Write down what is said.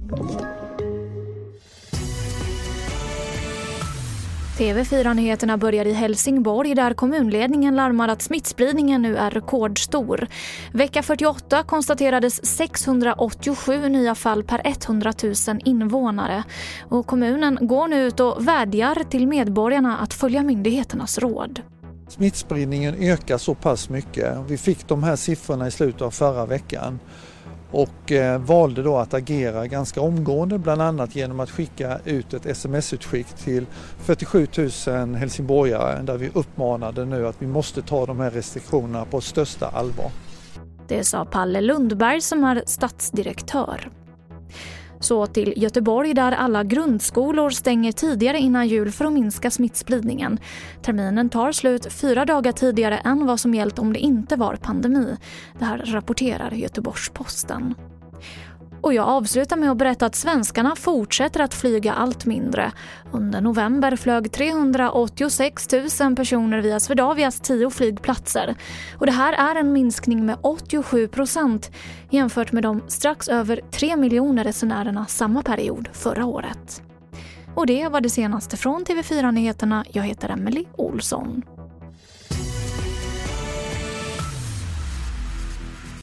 TV4-nyheterna börjar i Helsingborg där kommunledningen larmar att smittspridningen nu är rekordstor. Vecka 48 konstaterades 687 nya fall per 100 000 invånare. Och kommunen går nu ut och vädjar till medborgarna att följa myndigheternas råd. Smittspridningen ökar så pass mycket. Vi fick de här siffrorna i slutet av förra veckan. Och valde då att agera ganska omgående, bland annat genom att skicka ut ett sms-utskick till 47 000 helsingborgare där vi uppmanade nu att vi måste ta de här restriktionerna på största allvar. Det sa Palle Lundberg som är stadsdirektör. Så till Göteborg där alla grundskolor stänger tidigare innan jul för att minska smittspridningen. Terminen tar slut 4 dagar tidigare än vad som gällt om det inte var pandemi. Det här rapporterar Göteborgs-Posten. Och jag avslutar med att berätta att svenskarna fortsätter att flyga allt mindre. Under november flög 386 000 personer via Swedavias 10 flygplatser. Och det här är en minskning med 87% jämfört med de strax över 3 miljoner resenärerna samma period förra året. Och det var det senaste från TV4-nyheterna. Jag heter Emily Olsson.